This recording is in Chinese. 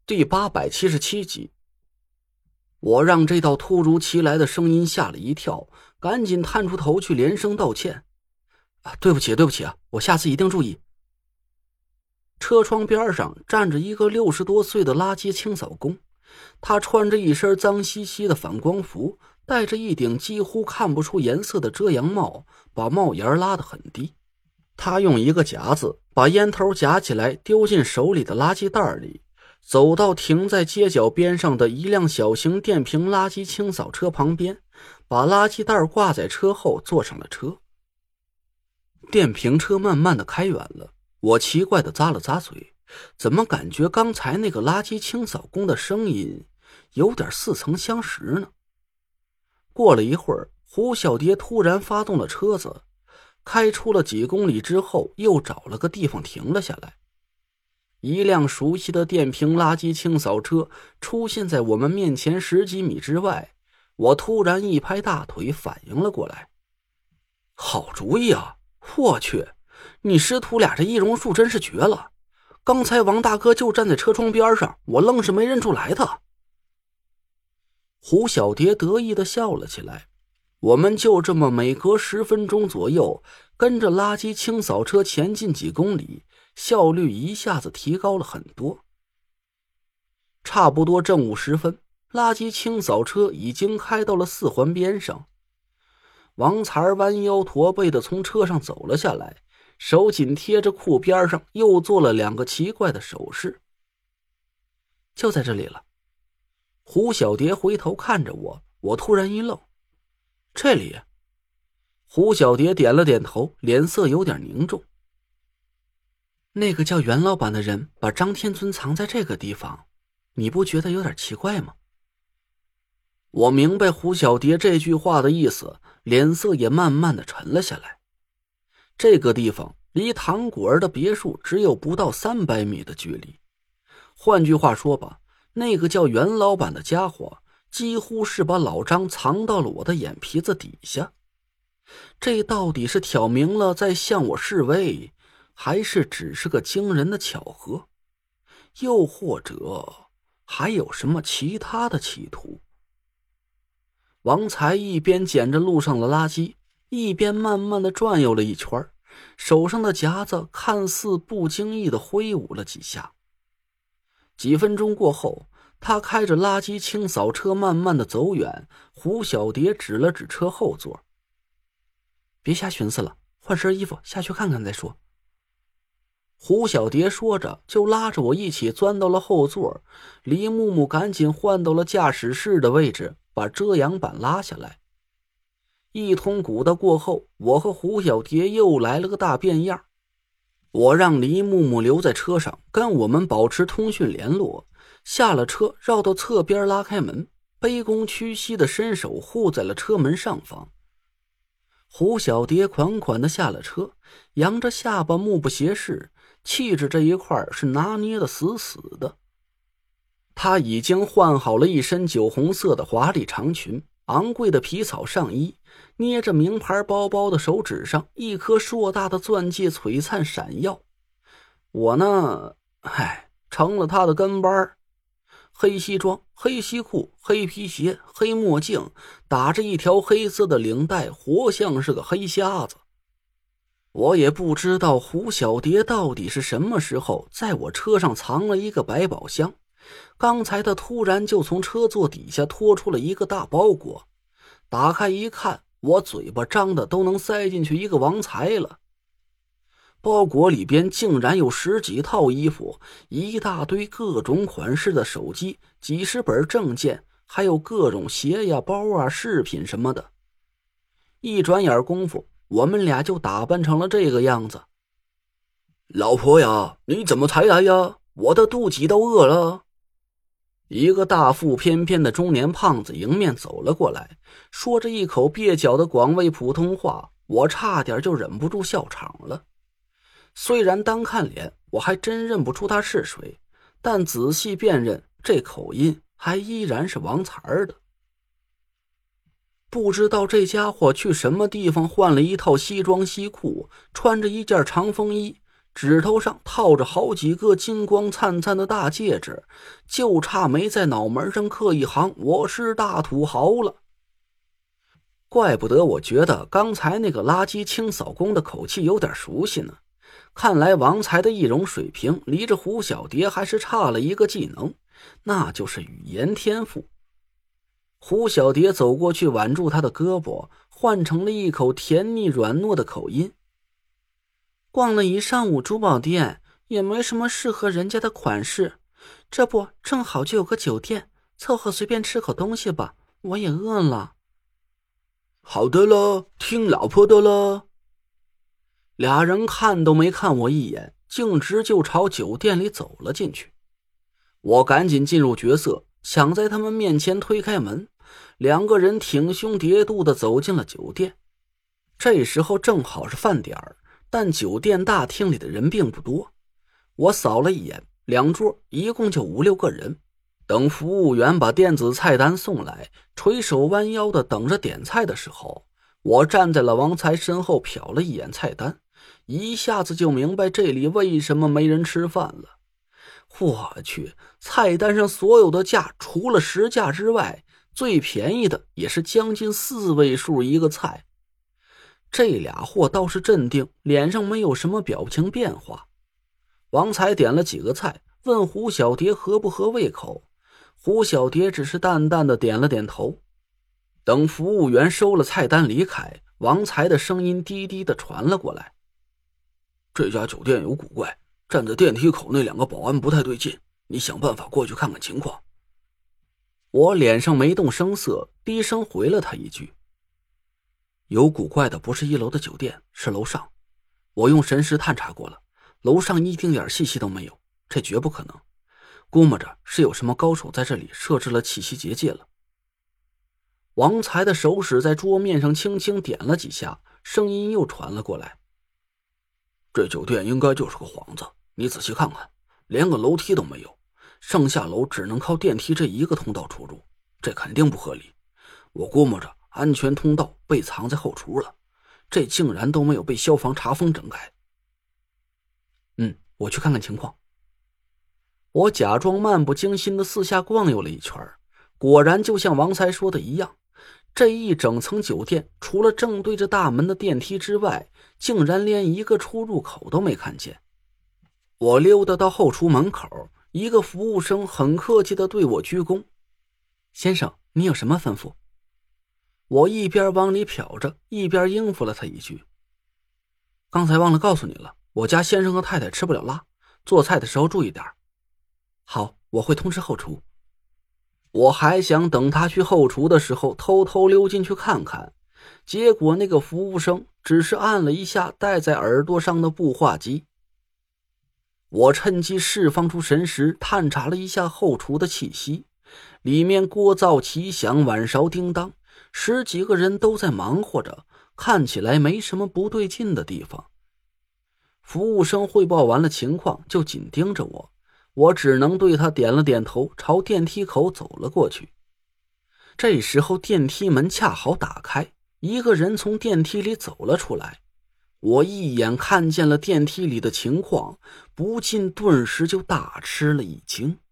第877集。我让这道突如其来的声音吓了一跳，赶紧探出头去连声道歉。对不起我下次一定注意。车窗边上站着一个60多岁的垃圾清扫工，他穿着一身脏兮兮的反光服，戴着一顶几乎看不出颜色的遮阳帽，把帽檐拉得很低。他用一个夹子把烟头夹起来丢进手里的垃圾袋里，走到停在街角边上的一辆小型电瓶垃圾清扫车旁边，把垃圾袋挂在车后，坐上了车。电瓶车慢慢的开远了，我奇怪的咂了咂嘴，怎么感觉刚才那个垃圾清扫工的声音有点似曾相识呢？过了一会儿，胡小蝶突然发动了车子，开出了几公里之后，又找了个地方停了下来。一辆熟悉的电瓶垃圾清扫车出现在我们面前10几米之外，我突然一拍大腿，反应了过来。好主意啊！我去，你师徒俩这易容术真是绝了！刚才王大哥就站在车窗边上，我愣是没认出来他。胡小蝶得意地笑了起来。我们就这么每隔10分钟左右跟着垃圾清扫车前进几公里，效率一下子提高了很多。差不多正午时分，垃圾清扫车已经开到了4环边上。王才弯腰驼背地从车上走了下来，手紧贴着裤边上，又做了2个奇怪的手势。就在这里了。胡小蝶回头看着我，我突然一愣。这里？胡小蝶点了点头，脸色有点凝重。那个叫袁老板的人把张天尊藏在这个地方，你不觉得有点奇怪吗？我明白胡小蝶这句话的意思，脸色也慢慢的沉了下来。这个地方离唐果儿的别墅只有不到300米的距离。换句话说吧，那个叫袁老板的家伙几乎是把老张藏到了我的眼皮子底下。这到底是挑明了在向我示威，还是只是个惊人的巧合？又或者还有什么其他的企图？王才一边捡着路上的垃圾，一边慢慢的转悠了一圈，手上的夹子看似不经意的挥舞了几下。几分钟过后，他开着垃圾清扫车慢慢的走远，胡小蝶指了指车后座。别瞎寻思了，换身衣服下去看看再说。胡小蝶说着就拉着我一起钻到了后座，李木木赶紧换到了驾驶室的位置，把遮阳板拉下来。一通鼓捣过后，我和胡小蝶又来了个大变样。我让李木木留在车上跟我们保持通讯联络，下了车绕到侧边拉开门，卑躬屈膝的伸手护在了车门上方。胡小蝶款款的下了车，扬着下巴目不斜视，气质这一块是拿捏的死死的。她已经换好了一身酒红色的华丽长裙，昂贵的皮草上衣，捏着名牌包包的手指上一颗硕大的钻戒璀璨闪耀。我呢，成了她的跟班。黑西装、黑西裤、黑皮鞋、黑墨镜，打着一条黑色的领带，活像是个黑瞎子。我也不知道胡小蝶到底是什么时候在我车上藏了一个百宝箱，刚才他突然就从车座底下拖出了一个大包裹，打开一看，我嘴巴张的都能塞进去一个王才了。包裹里边竟然有10几套衣服，一大堆各种款式的手机，几十本证件，还有各种鞋呀、包啊、饰品什么的。一转眼功夫，我们俩就打扮成了这个样子。老婆呀，你怎么才来呀？我的肚脐都饿了。一个大腹翩翩的中年胖子迎面走了过来，说着一口蹩脚的广味普通话，我差点就忍不住笑场了。虽然单看脸我还真认不出他是谁，但仔细辨认，这口音还依然是王才儿的。不知道这家伙去什么地方换了一套西装西裤，穿着一件长风衣， 指头上套着好几个金光灿灿的大戒指，就差没在脑门上刻一行"我是大土豪"了。怪不得我觉得刚才那个垃圾清扫工的口气有点熟悉呢，看来王才的易容水平离着胡小蝶还是差了一个技能，那就是语言天赋。胡小蝶走过去挽住他的胳膊，换成了一口甜腻软糯的口音：逛了一上午珠宝店，也没什么适合人家的款式，这不正好就有个酒店，凑合随便吃口东西吧，我也饿了。好的了，听老婆的了。俩人看都没看我一眼，径直就朝酒店里走了进去。我赶紧进入角色，抢在他们面前推开门，两个人挺胸叠肚地走进了酒店。这时候正好是饭点儿，但酒店大厅里的人并不多。我扫了一眼，两桌一共就5、6个人。等服务员把电子菜单送来，垂手弯腰的等着点菜的时候，我站在了王才身后，瞟了一眼菜单，一下子就明白这里为什么没人吃饭了。我去，菜单上所有的价除了10价之外，最便宜的也是将近4位数一个菜。这俩货倒是镇定，脸上没有什么表情变化。王才点了几个菜，问胡小蝶合不合胃口。胡小蝶只是淡淡的点了点头。等服务员收了菜单离开，王才的声音低低的传了过来：这家酒店有古怪，站在电梯口那2个保安不太对劲，你想办法过去看看情况。我脸上没动声色，低声回了他一句：有古怪的不是1楼的酒店，是楼上。我用神识探查过了，楼上一丁点气息都没有，这绝不可能。估摸着是有什么高手在这里设置了气息结界了。王才的手指在桌面上轻轻点了几下，声音又传了过来：这酒店应该就是个幌子，你仔细看看，连个楼梯都没有，上下楼只能靠电梯这一个通道出入，这肯定不合理。我估摸着安全通道被藏在后厨了，这竟然都没有被消防查封整改。我去看看情况。我假装漫不经心的四下逛悠了一圈，果然就像王才说的一样，这一整层酒店除了正对着大门的电梯之外，竟然连一个出入口都没看见。我溜达到后厨门口，一个服务生很客气地对我鞠躬：先生，你有什么吩咐？我一边往里瞟着，一边应付了他一句：刚才忘了告诉你了，我家先生和太太吃不了辣，做菜的时候注意点。好，我会通知后厨。我还想等他去后厨的时候偷偷溜进去看看，结果那个服务生只是按了一下戴在耳朵上的步话机。我趁机释放出神识，探查了一下后厨的气息，里面锅灶齐响，碗勺叮当，10几个人都在忙活着，看起来没什么不对劲的地方。服务生汇报完了情况，就紧盯着我，我只能对他点了点头，朝电梯口走了过去。这时候电梯门恰好打开，一个人从电梯里走了出来。我一眼看见了电梯里的情况，不禁顿时就大吃了一惊。